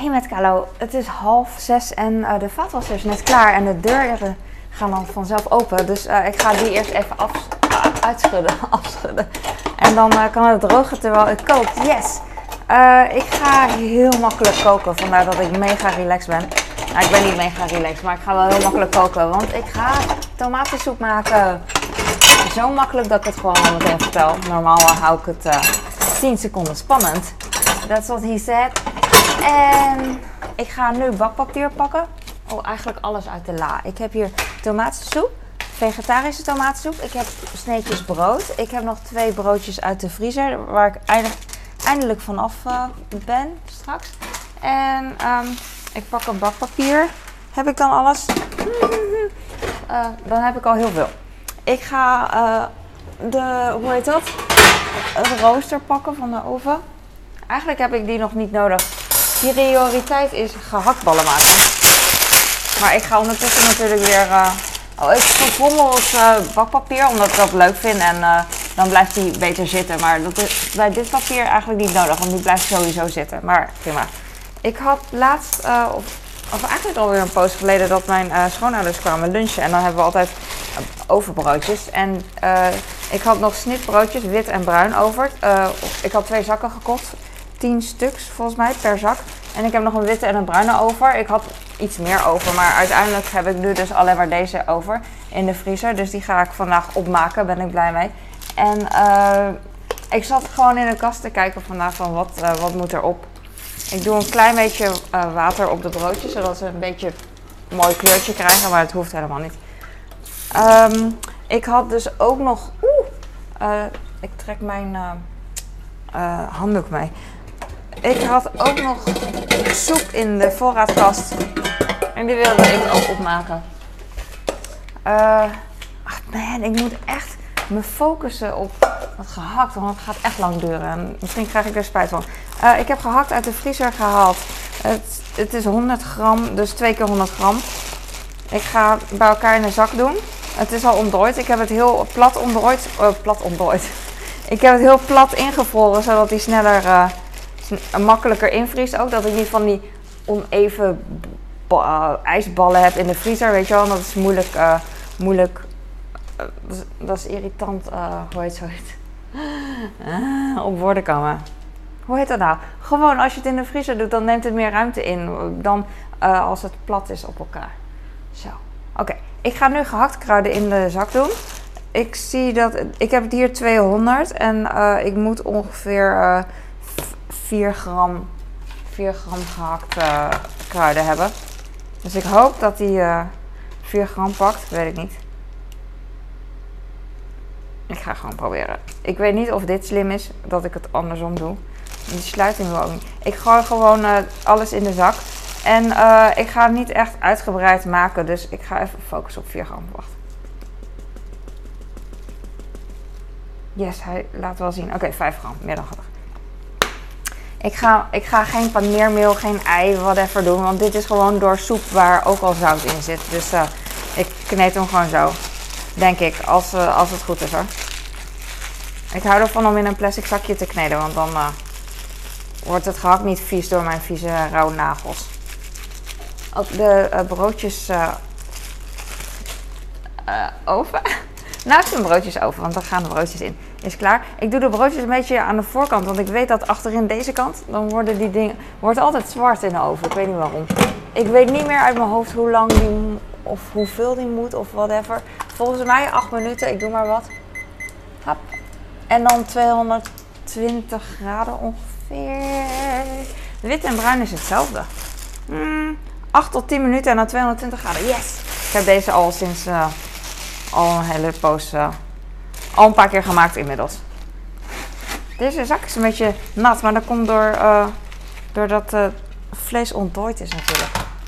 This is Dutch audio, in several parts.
Hey met Kalo, het is 5:30 en de vaatwasser is net klaar en de deuren gaan dan vanzelf open. Dus ik ga die eerst even afschudden. En dan kan het drogen terwijl ik kook. Yes! Ik ga heel makkelijk koken, vandaar dat ik mega relaxed ben. Nou, ik ben niet mega relaxed, maar ik ga wel heel makkelijk koken, want ik ga tomatensoep maken. Zo makkelijk dat ik het gewoon al meteen vertel. Normaal hou ik het 10 seconden spannend. That's what he said. En ik ga nu bakpapier pakken. Oh, eigenlijk alles uit de la. Ik heb hier tomatensoep, vegetarische tomatensoep. Ik heb sneetjes brood. Ik heb nog 2 broodjes uit de vriezer, waar ik eindelijk vanaf ben straks. En ik pak een bakpapier. Heb ik dan alles? Dan heb ik al heel veel. Ik ga de rooster pakken van de oven. Eigenlijk heb ik die nog niet nodig. Prioriteit is gehaktballen maken. Maar ik ga ondertussen natuurlijk weer... ik verfrommel het bakpapier omdat ik dat leuk vind en dan blijft die beter zitten. Maar dat is bij dit papier eigenlijk niet nodig, want die blijft sowieso zitten. Maar prima. Ik had laatst, of eigenlijk alweer een poos geleden, dat mijn schoonouders kwamen lunchen. En dan hebben we altijd overbroodjes. En ik had nog snitbroodjes, wit en bruin over. Ik had 2 zakken gekocht. 10 stuks volgens mij per zak. En ik heb nog een witte en een bruine over. Ik had iets meer over, maar uiteindelijk heb ik nu dus alleen maar deze over in de vriezer. Dus die ga ik vandaag opmaken, ben ik blij mee. En ik zat gewoon in de kast te kijken vandaag van wat moet erop. Ik doe een klein beetje water op de broodjes, zodat ze een beetje een mooi kleurtje krijgen, maar het hoeft helemaal niet. Ik had dus ook nog... ik trek mijn handdoek mee. Ik had ook nog soep in de voorraadkast. En die wilde ik ook opmaken. Ik moet echt me focussen op wat gehakt. Want het gaat echt lang duren. En misschien krijg ik er spijt van. Ik heb gehakt uit de vriezer gehaald. Het is 100 gram, dus 2 keer 100 gram. Ik ga bij elkaar in een zak doen. Het is al ontdooid. Ik heb het heel plat ontdooid. Ik heb het heel plat ingevroren, zodat die sneller... makkelijker invriest ook, dat ik niet van die oneven ijsballen heb in de vriezer, weet je wel. Dat is moeilijk. Dat is irritant, hoe heet zoiets? Op woorden komen. Hoe heet dat nou? Gewoon als je het in de vriezer doet, dan neemt het meer ruimte in dan als het plat is op elkaar. Zo, oké. Ik ga nu gehakt kruiden in de zak doen. Ik zie dat, ik heb het hier 200 en ik moet ongeveer 4 gram gehakt kruiden hebben. Dus ik hoop dat die 4 gram pakt. Weet ik niet. Ik ga gewoon proberen. Ik weet niet of dit slim is, dat ik het andersom doe. Die sluiting wil ook niet. Ik gooi gewoon alles in de zak. En ik ga het niet echt uitgebreid maken. Dus ik ga even focussen op 4 gram. Wacht. Yes, hij laat wel zien. Oké, 5 gram. Meer dan genoeg. Ik ga geen paneermeel, geen ei, whatever doen. Want dit is gewoon door soep waar ook al zout in zit. Dus ik kneed hem gewoon zo. Denk ik, als het goed is hoor. Ik hou ervan om in een plastic zakje te kneden. Want dan wordt het gehakt niet vies door mijn vieze rauwe nagels. Ook de broodjes oven. Nou, ik doe de broodjes over, want dan gaan de broodjes in. Is klaar. Ik doe de broodjes een beetje aan de voorkant, want ik weet dat achterin deze kant, dan worden die dingen, wordt altijd zwart in de oven. Ik weet niet waarom. Ik weet niet meer uit mijn hoofd hoe lang die, of hoeveel die moet, of whatever. Volgens mij 8 minuten, ik doe maar wat. Hop. En dan 220 graden ongeveer. Wit en bruin is hetzelfde. 8 tot 10 minuten en dan 220 graden. Yes! Ik heb deze al sinds... al een hele poos, al een paar keer gemaakt inmiddels. Deze zak is een beetje nat, maar dat komt doordat het vlees ontdooid is natuurlijk.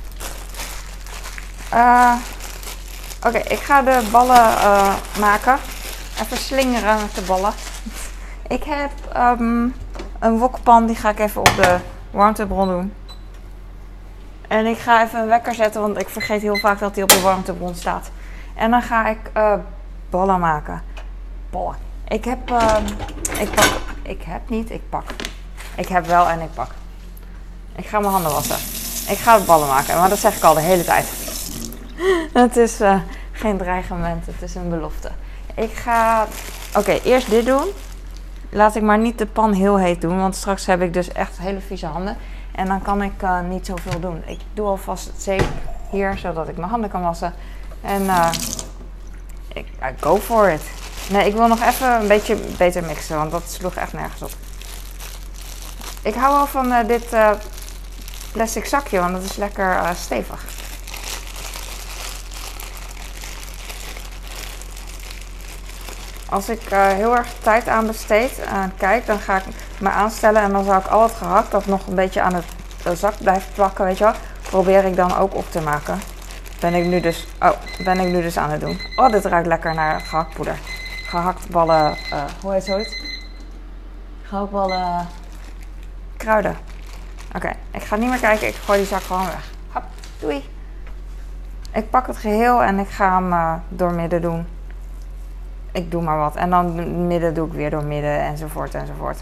Oké, ik ga de ballen maken. Even slingeren met de ballen. Ik heb een wokpan, die ga ik even op de warmtebron doen. En ik ga even een wekker zetten, want ik vergeet heel vaak dat die op de warmtebron staat. En dan ga ik ballen maken. Ballen. Ik heb wel en ik pak. Ik ga mijn handen wassen. Ik ga ballen maken, maar dat zeg ik al de hele tijd. Het is geen dreigement, het is een belofte. Ik ga... Oké, eerst dit doen. Laat ik maar niet de pan heel heet doen, want straks heb ik dus echt hele vieze handen. En dan kan ik niet zoveel doen. Ik doe alvast het zeep hier, zodat ik mijn handen kan wassen. En I go for it. Nee, ik wil nog even een beetje beter mixen, want dat sloeg echt nergens op. Ik hou wel van dit plastic zakje, want dat is lekker stevig. Als ik heel erg tijd aan besteed en kijk, dan ga ik me aanstellen en dan zal ik al het gehakt dat nog een beetje aan het zak blijft plakken, weet je wel, probeer ik dan ook op te maken. Ben ik nu dus aan het doen. Oh, dit ruikt lekker naar gehaktpoeder. Gehaktballen, hoe heet zoiets? Gehaktballen kruiden. Oké, ik ga niet meer kijken, ik gooi die zak gewoon weg. Hop, doei. Ik pak het geheel en ik ga hem door midden doen. Ik doe maar wat. En dan midden doe ik weer door midden enzovoort enzovoort.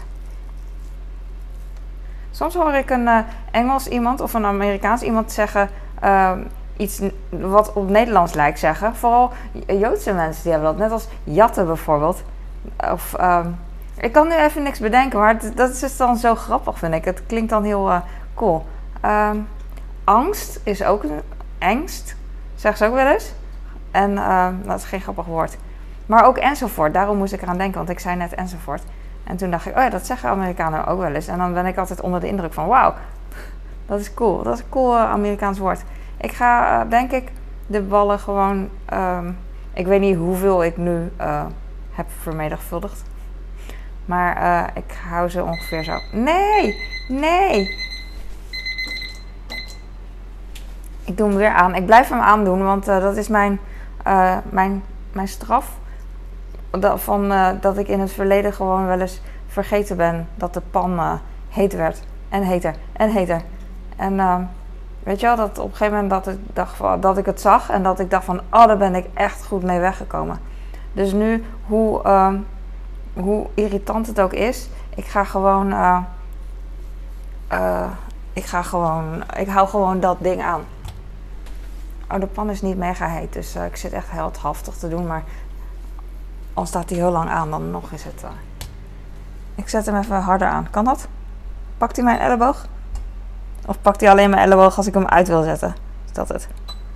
Soms hoor ik een Engels iemand of een Amerikaans iemand zeggen iets wat op Nederlands lijkt zeggen. Vooral Joodse mensen die hebben dat. Net als jatten bijvoorbeeld. Of ik kan nu even niks bedenken, maar dat is dus dan zo grappig vind ik. Het klinkt dan heel cool. Angst is ook een angst. Zeggen ze ook wel eens. En dat is geen grappig woord. Maar ook enzovoort. Daarom moest ik eraan denken, want ik zei net enzovoort. En toen dacht ik, oh ja, dat zeggen Amerikanen ook wel eens. En dan ben ik altijd onder de indruk van, wauw, dat is cool. Dat is een cool Amerikaans woord. Ik ga, denk ik, de ballen gewoon... ik weet niet hoeveel ik nu heb vermenigvuldigd. Maar ik hou ze ongeveer zo. Nee! Ik doe hem weer aan. Ik blijf hem aandoen, want dat is mijn straf. Dat ik in het verleden gewoon wel eens vergeten ben dat de pan heet werd. En heter. En heter. En weet je wel, dat op een gegeven moment dat ik het zag. En dat ik dacht van, oh, daar ben ik echt goed mee weggekomen. Dus nu, hoe irritant het ook is. Ik hou gewoon dat ding aan. Oh, de pan is niet mega heet. Dus ik zit echt heel haftig te doen. Maar al staat hij heel lang aan, dan nog is het... Ik zet hem even harder aan. Kan dat? Pakt hij mijn elleboog? Of pakt hij alleen mijn elleboog als ik hem uit wil zetten? Is dat het?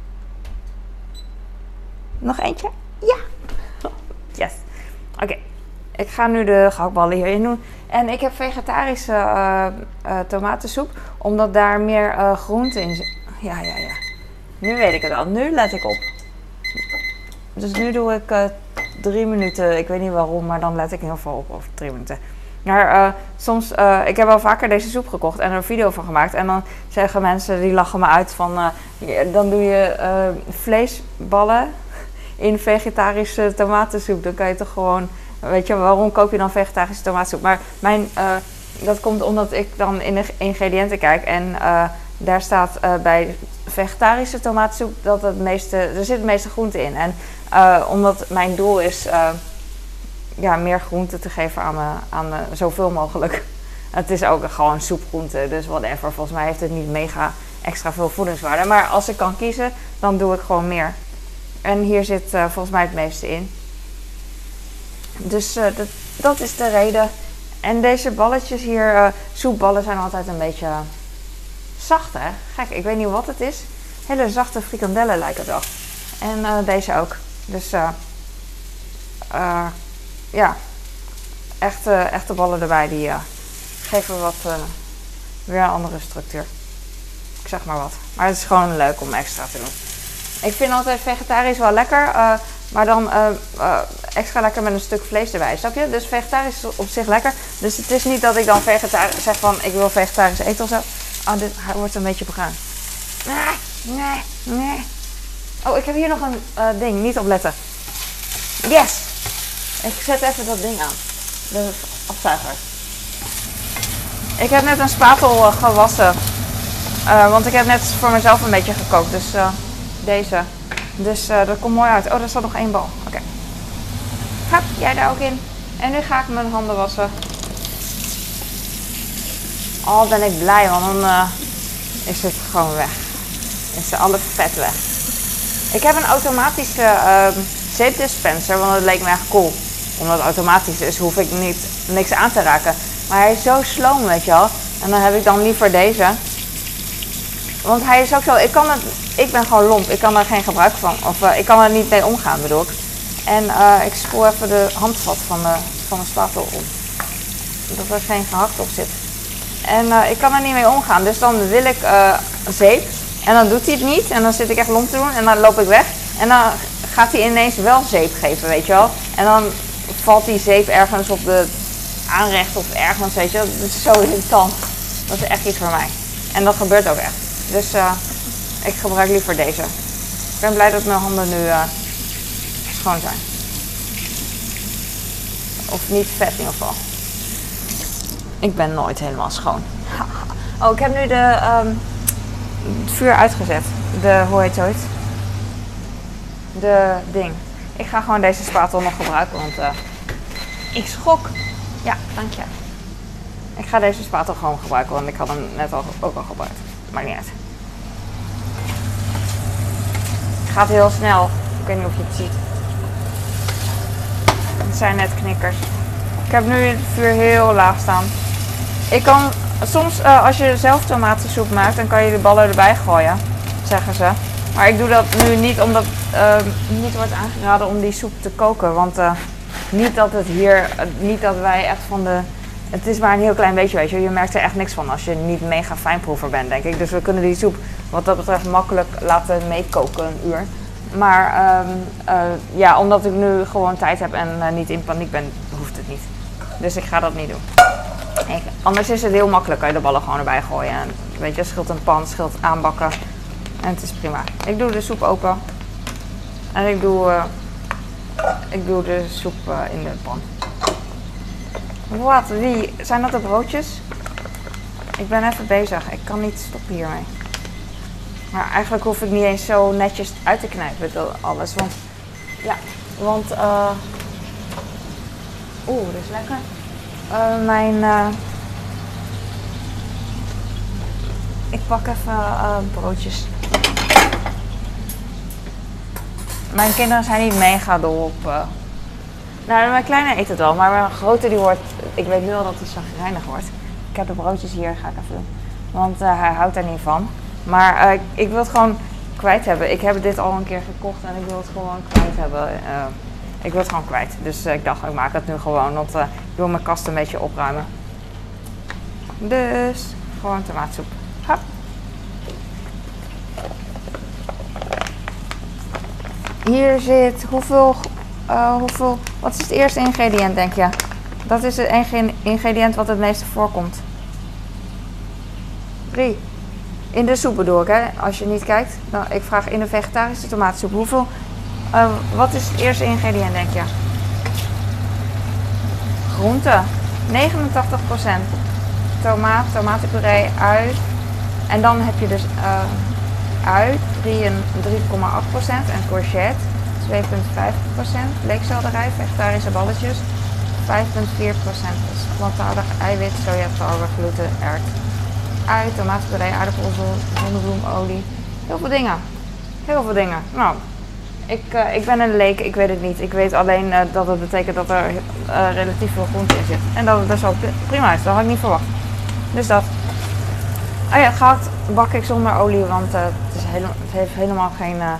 Nog eentje? Ja! Yes! Oké. Ik ga nu de gehaktballen hierin doen. En ik heb vegetarische tomatensoep. Omdat daar meer groente in zit. Ja. Nu weet ik het al. Nu let ik op. Dus nu doe ik 3 minuten. Ik weet niet waarom, maar dan let ik heel veel op over 3 minuten. Maar soms, ik heb wel vaker deze soep gekocht en er een video van gemaakt. En dan zeggen mensen, die lachen me uit van... dan doe je vleesballen in vegetarische tomatensoep. Dan kan je toch gewoon... Weet je, waarom koop je dan vegetarische tomatensoep? Maar dat komt omdat ik dan in de ingrediënten kijk. En daar staat bij vegetarische tomatensoep dat er zit het meeste groente in. En omdat mijn doel is meer groente te geven aan zoveel mogelijk. Het is ook gewoon soepgroente, dus whatever. Volgens mij heeft het niet mega extra veel voedingswaarde. Maar als ik kan kiezen, dan doe ik gewoon meer. En hier zit volgens mij het meeste in. Dus dat is de reden. En deze balletjes hier, soepballen zijn altijd een beetje zacht, hè? Gek, ik weet niet wat het is. Hele zachte frikandellen lijkt het wel. En deze ook. Dus echte ballen erbij, die geven weer een andere structuur. Ik zeg maar wat. Maar het is gewoon leuk om extra te doen. Ik vind altijd vegetarisch wel lekker. Maar dan extra lekker met een stuk vlees erbij, snap je? Dus vegetarisch is op zich lekker. Dus het is niet dat ik dan zeg van ik wil vegetarisch eten of zo. Oh, dit wordt een beetje bruin. Nee. Oh, ik heb hier nog een ding. Niet opletten. Yes! Ik zet even dat ding aan. De afzuiger. Ik heb net een spatel gewassen. Want ik heb net voor mezelf een beetje gekookt. Dus deze. Dus dat komt mooi uit. Oh, er staat nog 1 bal. Oké. Hup, jij daar ook in. En nu ga ik mijn handen wassen. Oh, ben ik blij, want dan is het gewoon weg. Is alle vet weg. Ik heb een automatische zeepdispenser, want dat leek me echt cool. Omdat het automatisch is, hoef ik niks aan te raken. Maar hij is zo sloom, weet je wel. En dan heb ik dan liever deze. Want hij is ook zo, ik ben gewoon lomp. Ik kan er geen gebruik van. Of ik kan er niet mee omgaan, bedoel ik. En ik spoel even de handvat van de spatel op. Dat er geen gehakt op zit. En ik kan er niet mee omgaan. Dus dan wil ik zeep. En dan doet hij het niet. En dan zit ik echt lomp te doen. En dan loop ik weg. En dan gaat hij ineens wel zeep geven, weet je wel. En dan valt die zeep ergens op de aanrecht of ergens, weet je wel. Dat is zo irritant. Dat is echt iets voor mij. En dat gebeurt ook echt. Dus ik gebruik liever deze. Ik ben blij dat mijn handen nu schoon zijn. Of niet vet in ieder geval. Ik ben nooit helemaal schoon. Oh, ik heb nu het vuur uitgezet. Hoe heet zoiets? De ding. Ik ga gewoon deze spatel nog gebruiken, want ik schrok. Ja, dank je. Ik ga deze spatel gewoon gebruiken, want ik had hem net ook al gebruikt. Maakt niet uit. Het gaat heel snel. Ik weet niet of je het ziet. Het zijn net knikkers. Ik heb nu het vuur heel laag staan. Ik kan soms, als je zelf tomatensoep maakt, dan kan je de ballen erbij gooien, zeggen ze. Maar ik doe dat nu niet, omdat niet wordt aangeraden om die soep te koken. Want niet dat wij echt van de... Het is maar een heel klein beetje, weet je. Je merkt er echt niks van als je niet mega fijnproever bent, denk ik. Dus we kunnen die soep wat dat betreft makkelijk laten meekoken een uur. Maar ja, omdat ik nu gewoon tijd heb en niet in paniek ben, hoeft het niet. Dus ik ga dat niet doen. Anders is het heel makkelijk, kan je de ballen gewoon erbij gooien. En, weet je, scheelt een pan, scheelt aanbakken. En het is prima. Ik doe de soep open. En ik doe de soep in de pan. Wat? Wie? Zijn dat de broodjes? Ik ben even bezig. Ik kan niet stoppen hiermee. Maar eigenlijk hoef ik niet eens zo netjes uit te knijpen alles. Want, ja, oeh, dat is lekker. Ik pak even broodjes. Mijn kinderen zijn niet mega dol op... Nou, mijn kleine eet het wel, maar mijn grote die wordt... Ik weet nu al dat hij chagrijnig wordt. Ik heb de broodjes hier, ga ik even doen. Want hij houdt er niet van. Maar ik wil het gewoon kwijt hebben. Ik heb dit al een keer gekocht en ik wil het gewoon kwijt hebben. Ik wil het gewoon kwijt. Dus ik dacht, ik maak het nu gewoon. Want ik wil mijn kast een beetje opruimen. Dus gewoon tomaatsoep. Hop. Hier zit hoeveel... Wat is het eerste ingrediënt, denk je? Dat is het ingrediënt wat het meeste voorkomt. 3. In de soep bedoel ik, hè? Als je niet kijkt. Dan, ik vraag in de vegetarische tomatensoep. Wat is het eerste ingrediënt, denk je? Groente. 89%. Tomatenpuree, ui. En dan heb je dus ui, 3,8%. En courgette, 2,5%. Bleekselderij, vegetarische balletjes, 5,4%. Dus plantaardig eiwit, soja, tarwe, gluten, erwt. Ui, tomatenpuree, aardappel, zonnebloemolie. Heel veel dingen. Heel veel dingen. Nou, ik ben een leek, ik weet het niet. Ik weet alleen dat het betekent dat er relatief veel groente in zit. En dat het best wel prima is, dat had ik niet verwacht. Dus dat. Oh ja, gehakt bak ik zonder olie, want het heeft helemaal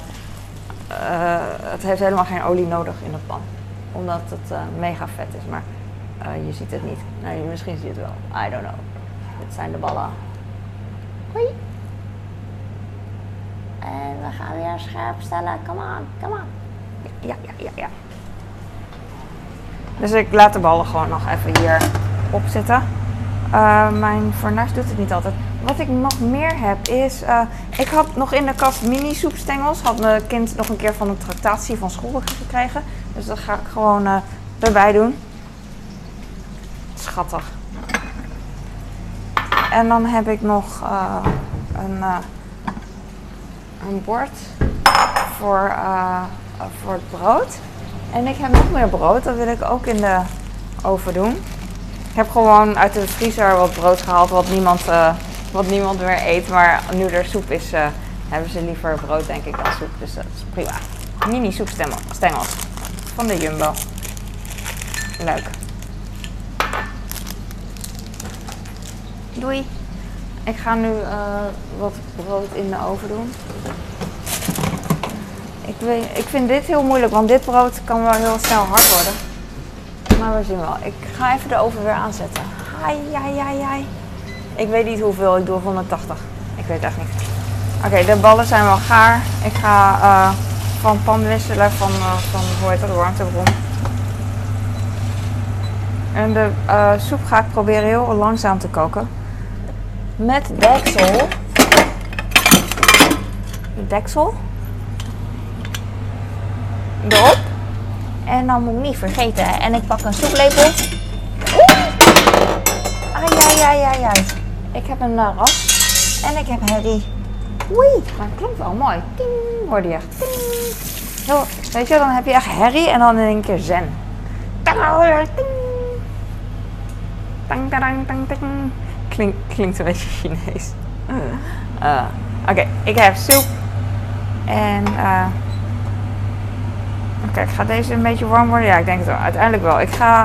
geen olie nodig in de pan. Omdat het mega vet is, maar je ziet het niet. Nou, misschien zie je het wel. I don't know. Dit zijn de ballen. Hoi. En we gaan weer scherp stellen. Come on, come on. Ja. Dus ik laat de ballen gewoon nog even hier op zitten. Mijn fornuis doet het niet altijd. Wat ik nog meer heb is... ik had nog in de kast mini soepstengels. Had mijn kind nog een keer van een tractatie van school gekregen. Dus dat ga ik gewoon erbij doen. Schattig. En dan heb ik nog een bord voor het brood. En ik heb nog meer brood. Dat wil ik ook in de oven doen. Ik heb gewoon uit de vriezer wat brood gehaald wat niemand wat niemand meer eet. Maar nu er soep is, hebben ze liever brood denk ik dan soep. Dus dat is prima. Mini soepstengels van de Jumbo. Leuk. Doei. Ik ga nu wat brood in de oven doen. Ik vind dit heel moeilijk, want dit brood kan wel heel snel hard worden. Maar we zien wel. Ik ga even de oven weer aanzetten. Ai. Ik weet niet hoeveel, ik doe 180. Ik weet het echt niet. Oké, de ballen zijn wel gaar. Ik ga van pan wisselen van hoe heet dat, de warmtebron. En de soep ga ik proberen heel langzaam te koken. Met deksel. Deksel. Erop. En dan moet ik niet vergeten. En ik pak een soeplepel. Ai. Ik heb een ras. En ik heb herrie. Oei, maar het klonk wel mooi. Ting, hoorde je echt. Ting. Zo, weet je, dan heb je echt herrie en dan in één keer zen. Ting. Tang, tang, tang, tang. Klinkt een beetje Chinees. Oké, ik heb soep. En oké, ik ga deze een beetje warm worden. Ja, ik denk het wel. Uiteindelijk wel.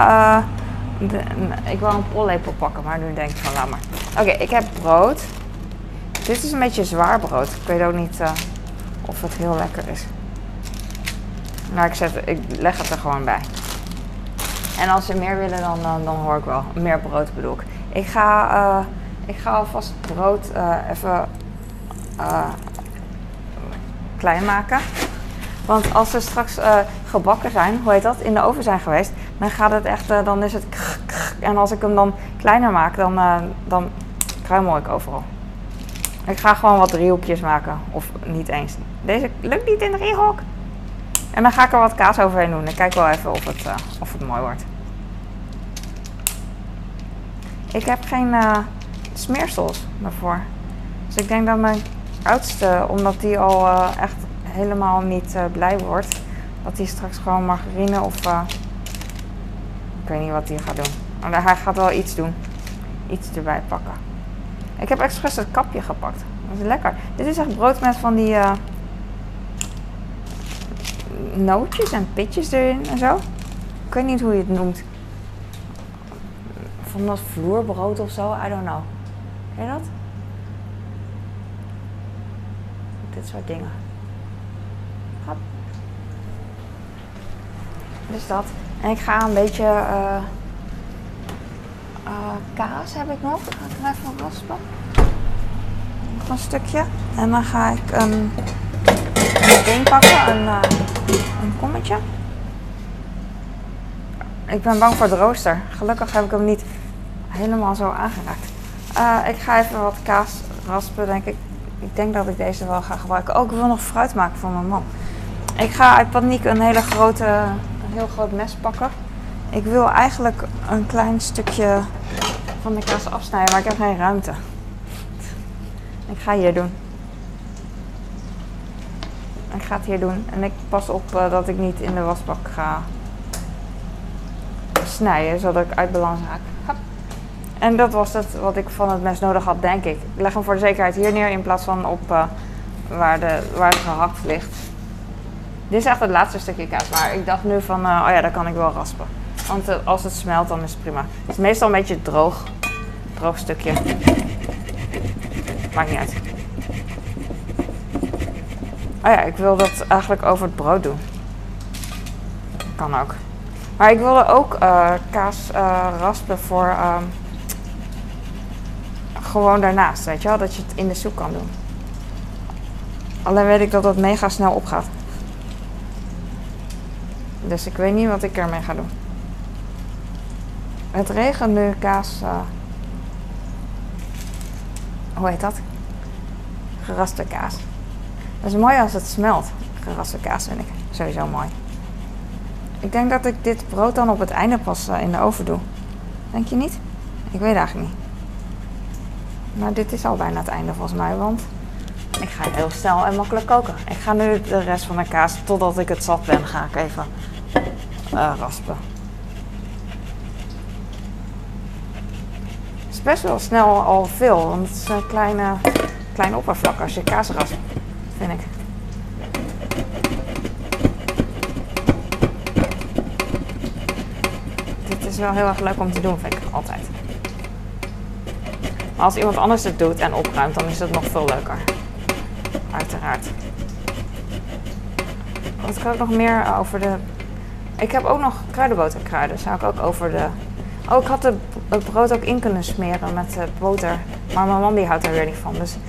Ik wil een pollepel pakken, maar nu denk ik van laat maar. Oké, ik heb brood. Dit is een beetje zwaar brood. Ik weet ook niet of het heel lekker is. Maar ik leg het er gewoon bij. En als ze meer willen, dan hoor ik wel. Meer brood bedoel ik. Ik ga alvast het brood even klein maken. Want als ze straks gebakken zijn, hoe heet dat, in de oven zijn geweest, dan gaat het echt, dan is het en als ik hem dan kleiner maak, dan kruimel ik overal. Ik ga gewoon wat driehoekjes maken, of niet eens. Deze lukt niet in de driehoek. En dan ga ik er wat kaas overheen doen. Ik kijk wel even of het mooi wordt. Ik heb geen smeersels daarvoor. Dus ik denk dat mijn oudste, omdat die al echt helemaal niet blij wordt, dat hij straks gewoon margarine of ik weet niet wat hij gaat doen. Maar hij gaat wel iets doen. Iets erbij pakken. Ik heb expres het kapje gepakt. Dat is lekker. Dit is echt brood met van die nootjes en pitjes erin en zo. Ik weet niet hoe je het noemt. Van dat vloerbrood of zo. I don't know. Ken je dat? Dit soort dingen. Hop. Dus dat. En ik ga een beetje kaas heb ik nog. Ga ik er even raspen. Nog een stukje. En dan ga ik een ding pakken. Een kommetje. Ik ben bang voor de rooster. Gelukkig heb ik hem niet helemaal zo aangeraakt. Ik ga even wat kaas raspen, denk ik. Ik denk dat ik deze wel ga gebruiken. Oh, ik wil nog fruit maken voor mijn man. Ik ga uit paniek een heel groot mes pakken. Ik wil eigenlijk een klein stukje van de kaas afsnijden, maar ik heb geen ruimte. Ik ga hier doen. Ik ga het hier doen. En ik pas op dat ik niet in de wasbak ga snijden, zodat ik uit balans raak. Hop. En dat was het wat ik van het mes nodig had, denk ik. Ik leg hem voor de zekerheid hier neer in plaats van op waar het gehakt ligt. Dit is echt het laatste stukje kaas, maar ik dacht nu van, oh ja, dat kan ik wel raspen. Want als het smelt, dan is het prima. Het is meestal een beetje droog stukje. Maakt niet uit. Oh ja, ik wil dat eigenlijk over het brood doen. Kan ook. Maar ik wilde ook kaas raspen voor gewoon daarnaast, weet je wel? Dat je het in de soep kan doen. Alleen weet ik dat dat mega snel opgaat. Dus ik weet niet wat ik ermee ga doen. Het regent nu kaas. Hoe heet dat? Geraste kaas. Dat is mooi als het smelt. Geraste kaas vind ik sowieso mooi. Ik denk dat ik dit brood dan op het einde pas in de oven doe. Denk je niet? Ik weet eigenlijk niet. Maar dit is al bijna het einde volgens mij, want ik ga heel snel en makkelijk koken. Ik ga nu de rest van de kaas, totdat ik het zat ben, ga ik even raspen. is best wel snel al veel, want het is een kleine oppervlak als je kaas raspt, vind ik. Dit is wel heel erg leuk om te doen, vind ik altijd. Maar als iemand anders het doet en opruimt, dan is het nog veel leuker. Uiteraard. Wat kan ik nog meer over de... Ik heb ook nog kruidenboterkruiden. Zou ik ook over de... Oh, ik had het brood ook in kunnen smeren met boter. Maar mijn man die houdt er weer niet van. Dus...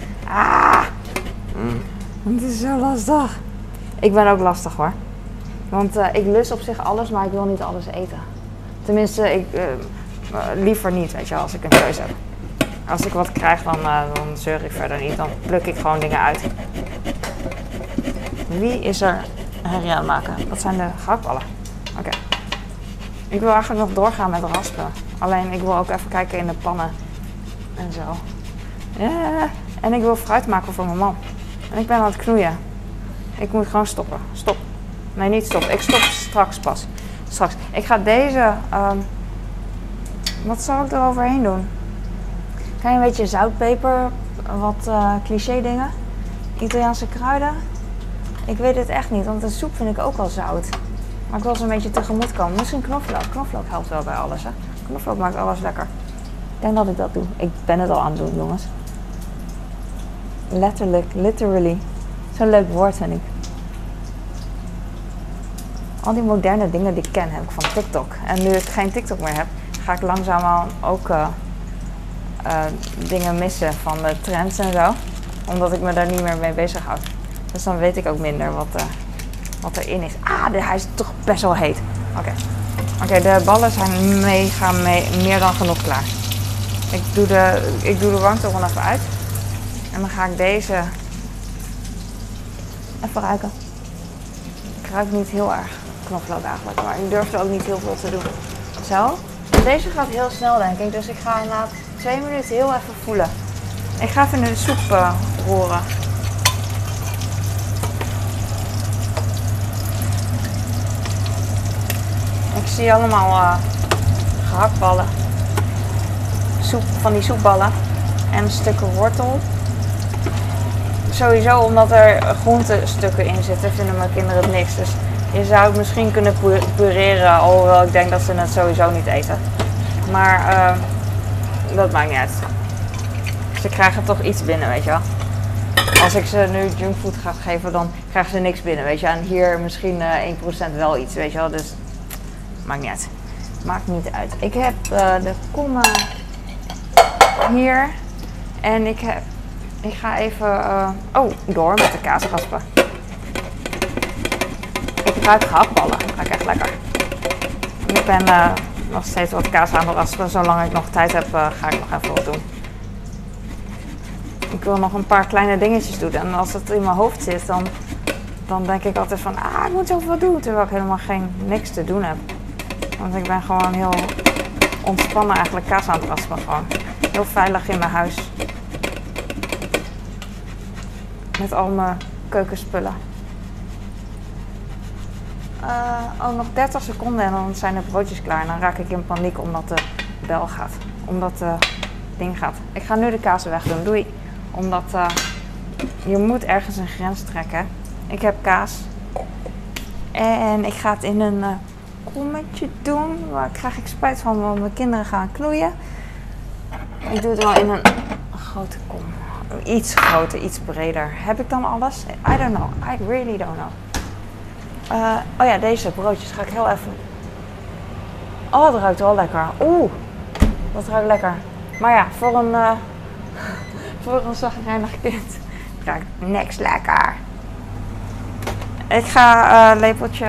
Het is zo lastig. Ik ben ook lastig hoor. Want ik lust op zich alles, maar ik wil niet alles eten. Tenminste, liever niet, weet je wel, als ik een keuze heb. Als ik wat krijg, dan zeur ik verder niet. Dan pluk ik gewoon dingen uit. Wie is er herrie aan het maken? Dat zijn de gehaktballen. Oké. Ik wil eigenlijk nog doorgaan met raspen. Alleen, ik wil ook even kijken in de pannen. En zo. Ja. En ik wil fruit maken voor mijn man. En ik ben aan het knoeien. Ik moet gewoon stoppen. Stop. Nee, niet stop. Ik stop straks pas. Straks. Ik ga deze... wat zal ik er overheen doen? Een beetje zout, peper, wat cliché dingen. Italiaanse kruiden. Ik weet het echt niet, want de soep vind ik ook wel zout. Maar ik wil ze een beetje tegemoet komen. Misschien knoflook. Knoflook helpt wel bij alles, hè. Knoflook maakt alles lekker. Ik denk dat ik dat doe. Ik ben het al aan het doen, jongens. Letterlijk, literally. Zo'n leuk woord, vind ik. Al die moderne dingen die ik ken, heb ik van TikTok. En nu ik geen TikTok meer heb, ga ik langzaamaan ook dingen missen van de trends en zo. Omdat ik me daar niet meer mee bezig houd. Dus dan weet ik ook minder wat erin is. Hij is toch best wel heet. Oké, de ballen zijn meer dan genoeg klaar. Ik doe de warmte er even uit. En dan ga ik deze even ruiken. Ik ruik niet heel erg knoflook eigenlijk, maar ik durf er ook niet heel veel te doen. Zo. En deze gaat heel snel, denk ik. Dus ik ga na 2 minuten heel even voelen. Ik ga even in de soep roeren. Ik zie allemaal gehaktballen. Soep, van die soepballen. En stukken wortel. Sowieso omdat er groentestukken in zitten, vinden mijn kinderen het niks. Dus je zou het misschien kunnen pureren, alhoewel ik denk dat ze het sowieso niet eten. Maar dat maakt niet uit. Ze krijgen toch iets binnen, weet je wel. Als ik ze nu junkfood ga geven, dan krijgen ze niks binnen, weet je. En hier misschien 1% wel iets, weet je wel. Dus maakt niet uit. Maakt niet uit. Ik heb de komma hier. En ik ga even door met de kaasraspen. Ik ruik gehaktballen. Dat ruikt echt lekker. Ik ben nog steeds wat kaas aan het raspen. Zolang ik nog tijd heb, ga ik nog even wat doen. Ik wil nog een paar kleine dingetjes doen. En als het in mijn hoofd zit, dan denk ik altijd van... ik moet zoveel doen. Terwijl ik helemaal niks te doen heb. Want ik ben gewoon heel ontspannen eigenlijk kaas aan het raspen. Gewoon heel veilig in mijn huis. Met al mijn keukenspullen. Nog 30 seconden en dan zijn de broodjes klaar. En dan raak ik in paniek omdat de bel gaat. Omdat het ding gaat. Ik ga nu de kaas wegdoen. Doei. Omdat je moet ergens een grens trekken. Ik heb kaas. En ik ga het in een kommetje doen. Waar krijg ik spijt van, want mijn kinderen gaan knoeien. Ik doe het wel in een grote kom. Iets groter, iets breder. Heb ik dan alles? I don't know. I really don't know. Deze broodjes ga ik heel even... Oh, dat ruikt wel lekker. Oeh, dat ruikt lekker. Maar ja, voor een zagrijnig kind ruikt niks lekker. Ik ga een lepeltje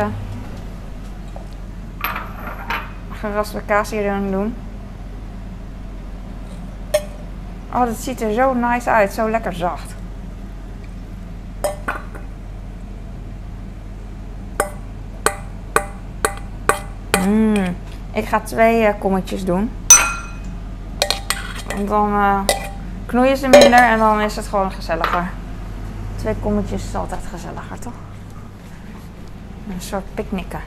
geraspte kaas hierin doen. Oh, dat ziet er zo nice uit. Zo lekker zacht. Ik ga 2 kommetjes doen. Want dan knoeien ze minder en dan is het gewoon gezelliger. 2 kommetjes is altijd gezelliger, toch? Een soort picknicken.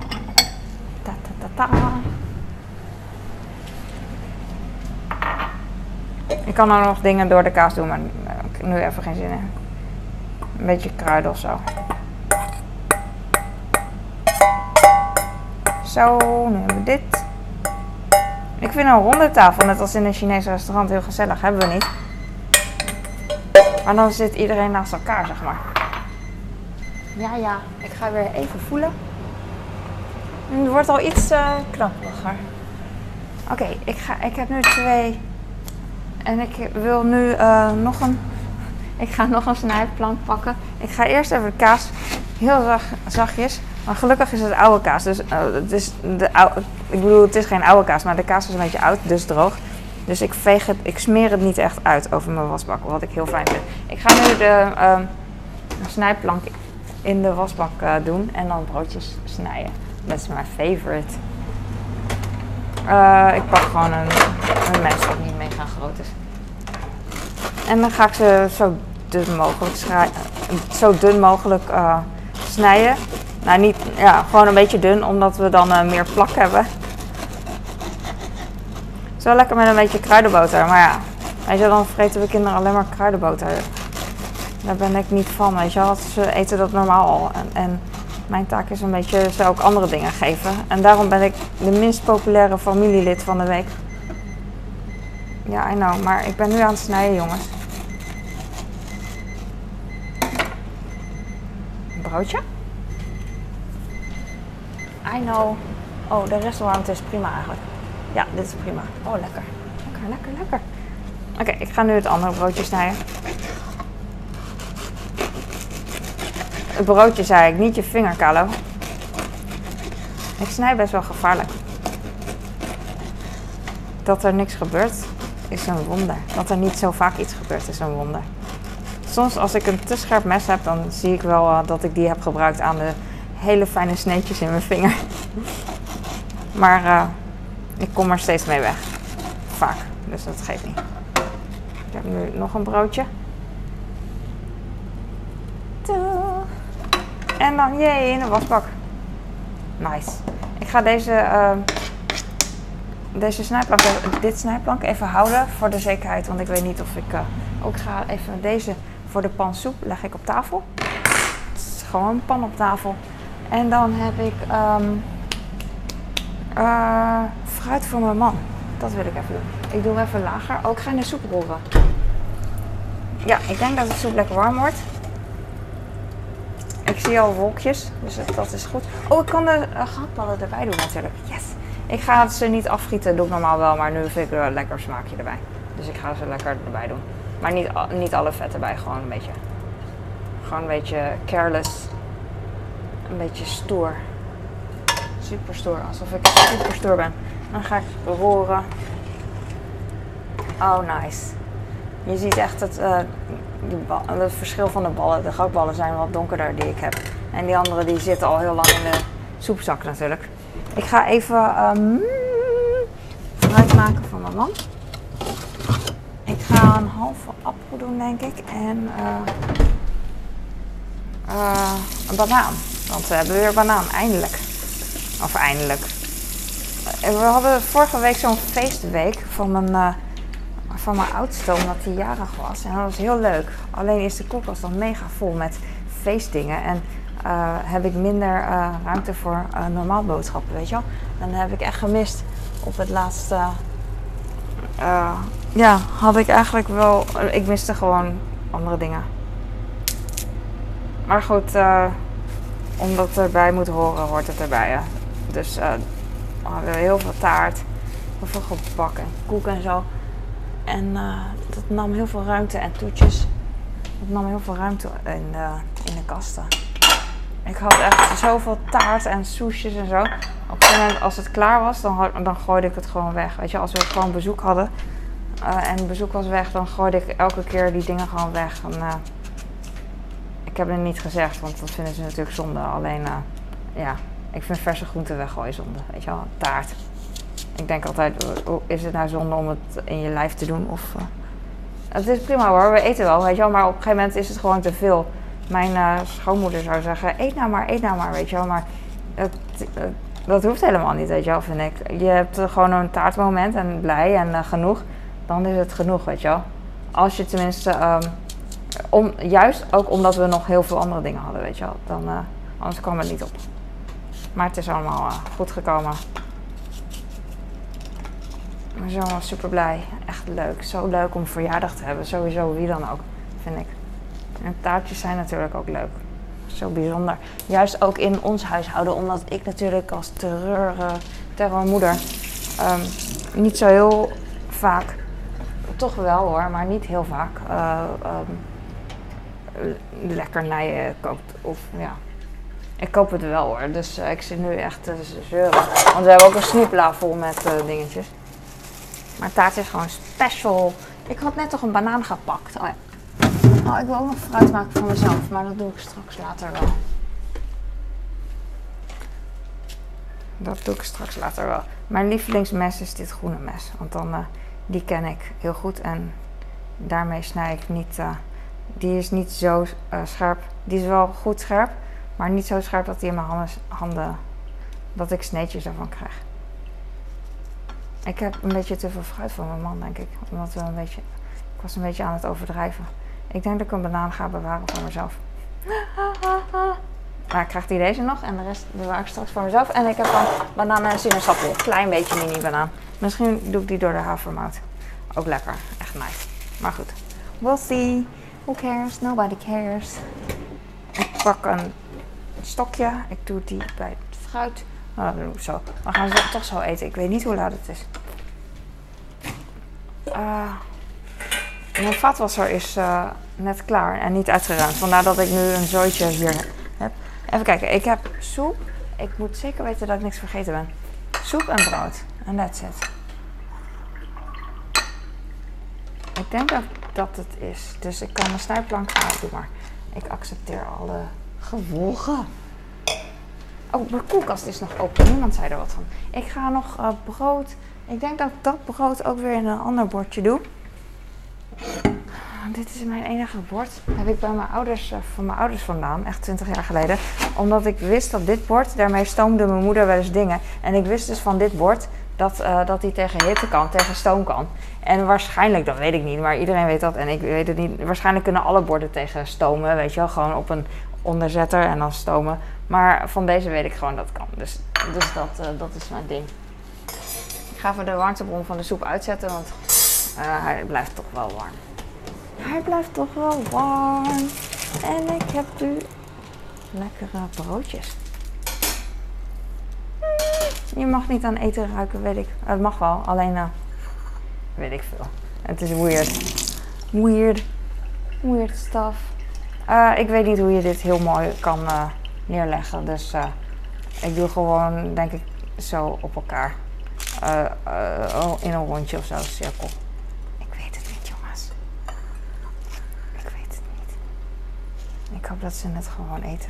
Ta ta ta ta. Ik kan ook nog dingen door de kaas doen, maar ik heb nu even geen zin in. Een beetje kruiden of zo. Zo, nu hebben we dit. Ik vind een ronde tafel, net als in een Chinese restaurant, heel gezellig. Hebben we niet. Maar dan zit iedereen naast elkaar, zeg maar. Ja, ik ga weer even voelen. Het wordt al iets knapperiger. Oké, ik heb nu 2. En ik wil nu nog een... Ik ga nog een snijplank pakken. Ik ga eerst even de kaas heel zachtjes. Maar gelukkig is het oude kaas. Dus het is ik bedoel, het is geen oude kaas, maar de kaas is een beetje oud, dus droog. Dus ik smeer het niet echt uit over mijn wasbak, wat ik heel fijn vind. Ik ga nu de snijplank in de wasbak doen en dan broodjes snijden. Dat is mijn favorite. Ik pak gewoon een mes dat niet mega groot is. En dan ga ik ze zo dun mogelijk snijden. Nou, niet, ja, gewoon een beetje dun, omdat we dan meer plak hebben. Zo lekker met een beetje kruidenboter. Maar ja, weet je, dan vreten we kinderen alleen maar kruidenboter. Daar ben ik niet van, weet je wel. Ze eten dat normaal al. En mijn taak is een beetje ze ook andere dingen geven. En daarom ben ik de minst populaire familielid van de week. Ja, I know. Maar ik ben nu aan het snijden, jongens. Een broodje. I know. Oh, de restaurant is prima eigenlijk. Ja, dit is prima. Oh, lekker. Lekker. Oké, ik ga nu het andere broodje snijden. Het broodje zei ik, niet je vinger, Carlo. Ik snij best wel gevaarlijk. Dat er niks gebeurt, is een wonder. Dat er niet zo vaak iets gebeurt, is een wonder. Soms als ik een te scherp mes heb, dan zie ik wel dat ik die heb gebruikt aan de hele fijne sneetjes in mijn vinger. Maar ik kom er steeds mee weg. Vaak, dus dat geeft niet. Ik heb nu nog een broodje. En dan, jee, in de wasbak. Nice. Ik ga dit snijplank even houden voor de zekerheid. Want ik weet niet of ik... ook ga even deze voor de pansoep leg ik op tafel. Het is gewoon een pan op tafel. En dan heb ik fruit voor mijn man. Dat wil ik even doen. Ik doe hem even lager. Oh, ik ga in de soep rollen. Ja, ik denk dat de soep lekker warm wordt. Ik zie al wolkjes, dus dat is goed. Oh, ik kan de gehaktballen erbij doen natuurlijk. Yes! Ik ga ze niet afgieten, doe ik normaal wel, maar nu vind ik er een lekker smaakje erbij. Dus ik ga ze lekker erbij doen. Maar niet alle vet erbij, gewoon een beetje careless. Een beetje stoer. Super stoer, alsof ik super stoer ben. Dan ga ik roeren. Oh, nice. Je ziet echt het verschil van de ballen. De gehaktballen zijn wat donkerder die ik heb. En die andere die zitten al heel lang in de soepzak natuurlijk. Ik ga even fruit maken van mijn man. Ik ga een halve appel doen, denk ik. En een banaan. Want we hebben weer banaan, eindelijk. Of eindelijk. We hadden vorige week zo'n feestweek van mijn oudste, omdat hij jarig was. En dat was heel leuk. Alleen is de koelkast dan mega vol met feestdingen. En heb ik minder ruimte voor normaal boodschappen, weet je wel. Dan heb ik echt gemist op het laatste... ja, had ik eigenlijk wel... Ik miste gewoon andere dingen. Maar goed, omdat het erbij moet horen, hoort het erbij. Hè. Dus we hebben heel veel taart, heel veel gebak en koek en zo. En dat nam heel veel ruimte en toetjes. Dat nam heel veel ruimte in de kasten. Ik had echt zoveel taart en soesjes en zo. Op een gegeven moment, als het klaar was, dan gooide ik het gewoon weg. Weet je, als we gewoon bezoek hadden en het bezoek was weg, dan gooide ik elke keer die dingen gewoon weg. En, ik heb het niet gezegd, want dat vinden ze natuurlijk zonde. Alleen, ja, ik vind verse groenten weggooien zonde. Weet je wel, taart. Ik denk altijd, is het nou zonde om het in je lijf te doen? Of, het is prima hoor, we eten wel, weet je wel. Maar op een gegeven moment is het gewoon te veel. Mijn schoonmoeder zou zeggen, eet nou maar, weet je wel. Maar dat hoeft helemaal niet, weet je wel, vind ik. Je hebt gewoon een taartmoment en blij en genoeg. dan is het genoeg, weet je wel. Als je tenminste, juist ook omdat we nog heel veel andere dingen hadden, weet je wel. Dan, anders kwam het niet op. Maar het is allemaal goed gekomen. Ik ben zo super blij. Echt leuk. Zo leuk om verjaardag te hebben. Sowieso wie dan ook, vind ik. En taartjes zijn natuurlijk ook leuk. Zo bijzonder. Juist ook in ons huishouden. Omdat ik natuurlijk als terrormoeder niet zo heel vaak... Toch wel hoor, maar niet heel vaak lekkernijen koopt. Of ja, ik koop het wel hoor. Dus ik zit nu echt te zeuren. Want we hebben ook een snoepla vol met dingetjes. Maar taart is gewoon special. Ik had net toch een banaan gepakt. Oh, ja. Oh, ik wil ook nog fruit maken voor mezelf. Maar dat doe ik straks later wel. Mijn lievelingsmes is dit groene mes. Want dan, die ken ik heel goed. En daarmee snij ik niet... die is niet zo scherp. Die is wel goed scherp. Maar niet zo scherp dat die in mijn handen... Dat ik sneetjes ervan krijg. Ik heb een beetje te veel fruit voor mijn man, denk ik. Omdat ik was een beetje aan het overdrijven. Ik denk dat ik een banaan ga bewaren voor mezelf. Maar krijgt hij deze nog en de rest bewaar ik straks voor mezelf. En ik heb dan banaan en sinaasappel. Klein beetje mini banaan. Misschien doe ik die door de havermout. Ook lekker. Echt nice. Maar goed. We'll see. Who cares? Nobody cares. Ik pak een stokje. Ik doe die bij het fruit. Oh, dat doe ik zo. We gaan ze toch zo eten. Ik weet niet hoe laat het is. Mijn vaatwasser is net klaar en niet uitgeruimd. Vandaar dat ik nu een zooitje hier heb. Even kijken. Ik heb soep. Ik moet zeker weten dat ik niks vergeten ben. Soep en brood. En that's it. Ik denk dat het is. Dus ik kan mijn snijplank... doe maar. Ik accepteer alle gevolgen. Oh, de koelkast is nog open. Niemand zei er wat van. Ik ga nog brood... Ik denk dat ik dat brood ook weer in een ander bordje doe. Dit is mijn enige bord. Dat heb ik bij mijn ouders, van mijn ouders vandaan. Echt 20 jaar geleden. Omdat ik wist dat dit bord... Daarmee stoomde mijn moeder wel eens dingen. En ik wist dus van dit bord... Dat die tegen hitte kan, tegen stoom kan. En waarschijnlijk, dat weet ik niet, maar iedereen weet dat en ik weet het niet. Waarschijnlijk kunnen alle borden tegen stomen, weet je wel. Gewoon op een onderzetter en dan stomen. Maar van deze weet ik gewoon dat het kan. Dus dat is mijn ding. Ik ga even de warmtebron van de soep uitzetten, want hij blijft toch wel warm. Hij blijft toch wel warm. En ik heb nu lekkere broodjes. Je mag niet aan eten ruiken, weet ik. Het mag wel, alleen weet ik veel. Het is weird. Weird stuff. Ik weet niet hoe je dit heel mooi kan neerleggen. Dus ik doe gewoon, denk ik, zo op elkaar. In een rondje of zo, een cirkel. Ik weet het niet, jongens. Ik weet het niet. Ik hoop dat ze het gewoon eten.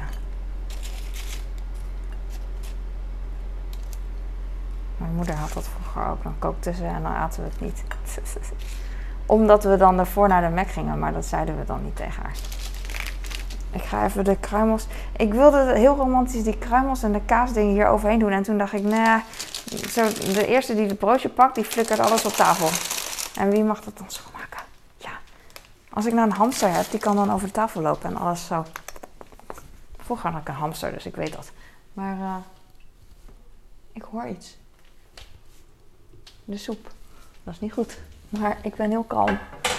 Mijn moeder had dat vroeger ook. Dan kookte ze en dan aten we het niet. Omdat we dan ervoor naar de Mac gingen. Maar dat zeiden we dan niet tegen haar. Ik ga even de kruimels... Ik wilde heel romantisch die kruimels en de kaasdingen hier overheen doen. En toen dacht ik, de eerste die het broodje pakt, die flikkert alles op tafel. En wie mag dat dan schoonmaken? Ja. Als ik nou een hamster heb, die kan dan over de tafel lopen en alles zo... Vroeger had ik een hamster, dus ik weet dat. Maar ik hoor iets. De soep. Dat is niet goed. Maar ik ben heel kalm.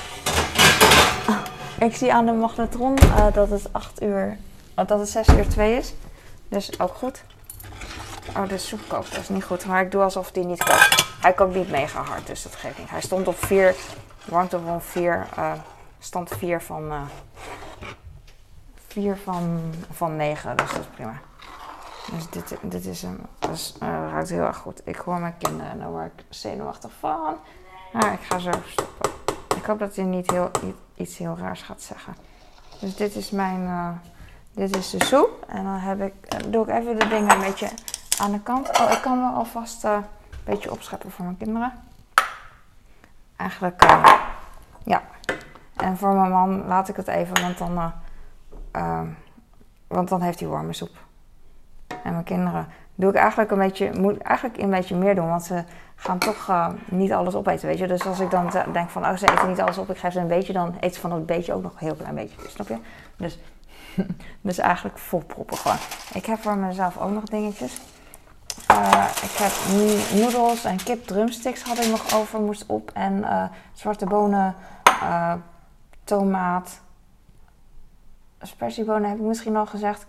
Ik zie aan de magnetron dat het 8 uur... dat het 6 uur 2 is. Dus ook goed. Oh, de soep kookt. Dat is niet goed. Maar ik doe alsof die niet kookt. Hij kookt niet mega hard, dus dat geeft niet. Hij stond op 4. Warmtebron 4. Stand 4 van... 4 van 9. Dus dat is prima. Dus dit is hem. Dus ruikt heel erg goed. Ik hoor mijn kinderen en daar word ik zenuwachtig van. Maar ik ga zo stoppen. Ik hoop dat hij niet iets heel raars gaat zeggen. Dus dit is dit is de soep. En dan doe ik even de dingen een beetje aan de kant. Oh, ik kan wel alvast een beetje opscheppen voor mijn kinderen. Eigenlijk, ja. En voor mijn man laat ik het even, want dan heeft hij warme soep. En mijn kinderen doe ik eigenlijk moet eigenlijk een beetje meer doen. Want ze gaan toch niet alles opeten, weet je. Dus als ik dan denk van, oh, ze eten niet alles op, ik geef ze een beetje, dan eet ze van dat beetje ook nog een heel klein beetje. Snap je? Dus eigenlijk volproppen gewoon. Ik heb voor mezelf ook nog dingetjes. Ik heb noedels en kip drumsticks had ik nog over, moest op. En zwarte bonen, tomaat, spersiebonen heb ik misschien al gezegd.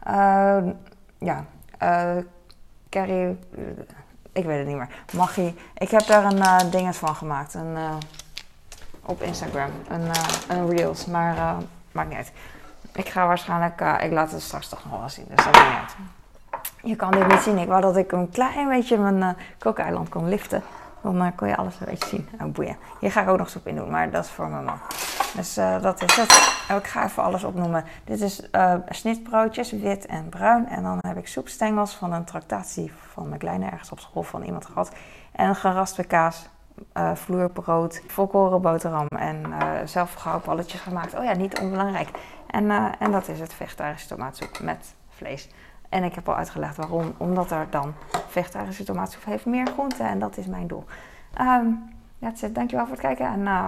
Curry, ik weet het niet meer. Maggi. Ik heb daar een dinges van gemaakt. Op Instagram. Een reels. Maar maakt niet uit. Ik ga waarschijnlijk, ik laat het straks toch nog wel zien. Dus dat maakt niet uit. Je kan dit niet zien. Ik wou dat ik een klein beetje mijn kookeiland kon liften. Dan kon je alles een beetje zien. Oh, boeien. Hier ga ik ook nog soep in doen, maar dat is voor mijn man. Dus dat is het. Ik ga even alles opnoemen. Dit is snitbroodjes, wit en bruin. En dan heb ik soepstengels van een tractatie van mijn kleine ergens op school van iemand gehad. En geraspte kaas, vloerbrood, volkoren boterham en zelf gehakt balletjes gemaakt. Oh ja, niet onbelangrijk. En dat is het, vegetarische tomaatsoep met vlees. En ik heb al uitgelegd waarom. Omdat er dan vegetarische tomaatsoep heeft meer groenten. En dat is mijn doel. That's it. Dankjewel voor het kijken.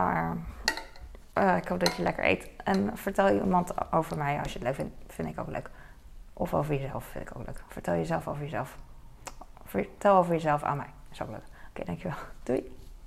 En ik hoop dat je lekker eet. En vertel iemand over mij als je het leuk vindt. Vind ik ook leuk. Of over jezelf vind ik ook leuk. Vertel jezelf over jezelf. Vertel over jezelf aan mij. Dat is ook leuk. Oké, dankjewel. Doei.